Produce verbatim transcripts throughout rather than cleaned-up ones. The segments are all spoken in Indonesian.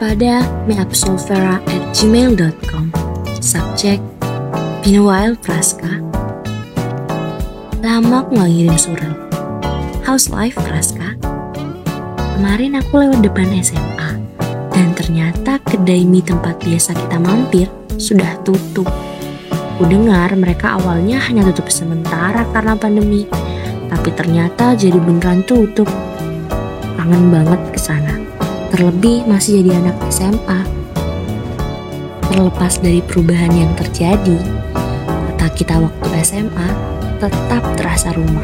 pada meapsolvera at gmail dot com. Subjek, been a while Praska. Lama aku gak ngirim surat. How's life Praska? Kemarin aku lewat depan S M A dan ternyata kedai mie tempat biasa kita mampir sudah tutup. Aku dengar mereka awalnya hanya tutup sementara karena pandemi, tapi ternyata jadi beneran tutup. Kangen banget ke sana. Terlebih masih jadi anak S M A. Terlepas dari perubahan yang terjadi, kota kita waktu S M A tetap terasa rumah.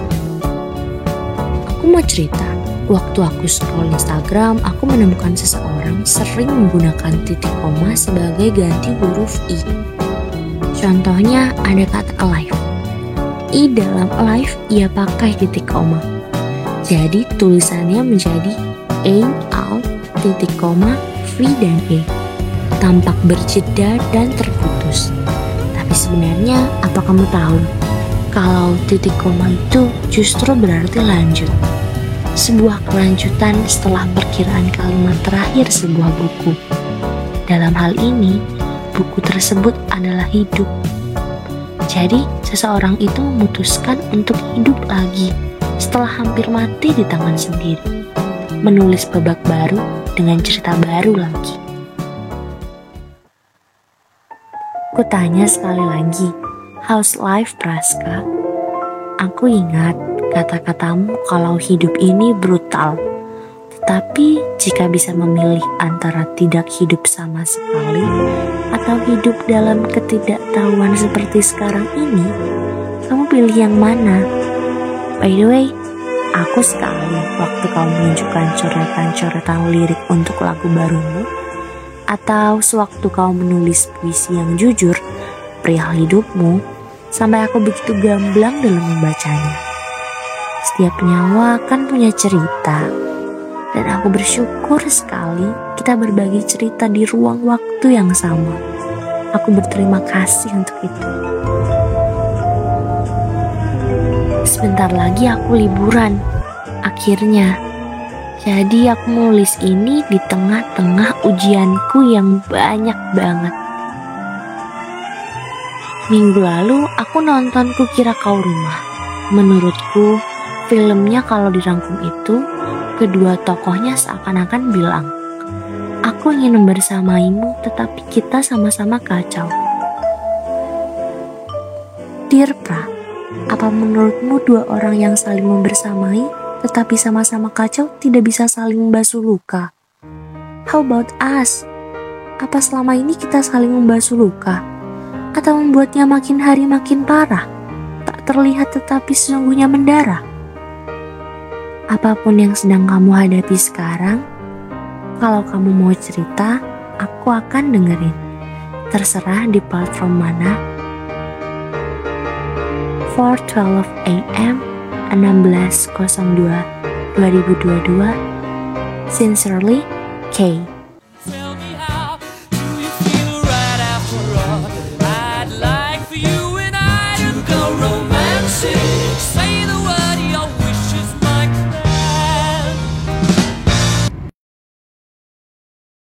Aku mau cerita, waktu aku scroll Instagram, aku menemukan seseorang sering menggunakan titik koma sebagai ganti huruf I. Contohnya ada kata alive. I dalam alive ia pakai titik koma. Jadi tulisannya menjadi A, Al, titik koma, V dan E. Tampak berjeda dan terputus. Tapi sebenarnya apa kamu tahu? Kalau titik koma itu justru berarti lanjut. Sebuah kelanjutan setelah perkiraan kalimat terakhir sebuah buku. Dalam hal ini, buku tersebut adalah hidup. Jadi, seseorang itu memutuskan untuk hidup lagi setelah hampir mati di tangan sendiri. Menulis babak baru dengan cerita baru lagi. Kutanya sekali lagi, how's life Praska? Aku ingat kata-katamu kalau hidup ini brutal. Tetapi jika bisa memilih antara tidak hidup sama sekali atau hidup dalam ketidaktahuan seperti sekarang ini, kamu pilih yang mana? By the way, aku sekali waktu kamu menunjukkan coretan-coretan lirik untuk lagu barumu, atau sewaktu kau menulis puisi yang jujur perihal hidupmu, sampai aku begitu gamblang dalam membacanya. Setiap nyawa kan punya cerita, dan aku bersyukur sekali kita berbagi cerita di ruang waktu yang sama. Aku berterima kasih untuk itu. Sebentar lagi aku liburan, akhirnya. Jadi aku menulis ini di tengah-tengah ujianku yang banyak banget. Minggu lalu aku nonton Kukira Kau Rumah. Menurutku, filmnya kalau dirangkum itu, kedua tokohnya seakan-akan bilang, aku ingin membersamaimu tetapi kita sama-sama kacau. Dear Pra, apa menurutmu dua orang yang saling membersamai tetapi sama-sama kacau tidak bisa saling membasuh luka? How about us? Apa selama ini kita saling membasuh luka? Atau membuatnya makin hari makin parah? Tak terlihat tetapi sesungguhnya mendarah? Apapun yang sedang kamu hadapi sekarang, kalau kamu mau cerita, aku akan dengerin. Terserah di platform mana. four twelve a m enam belas nol dua dua ribu dua puluh dua. Sincerely, K.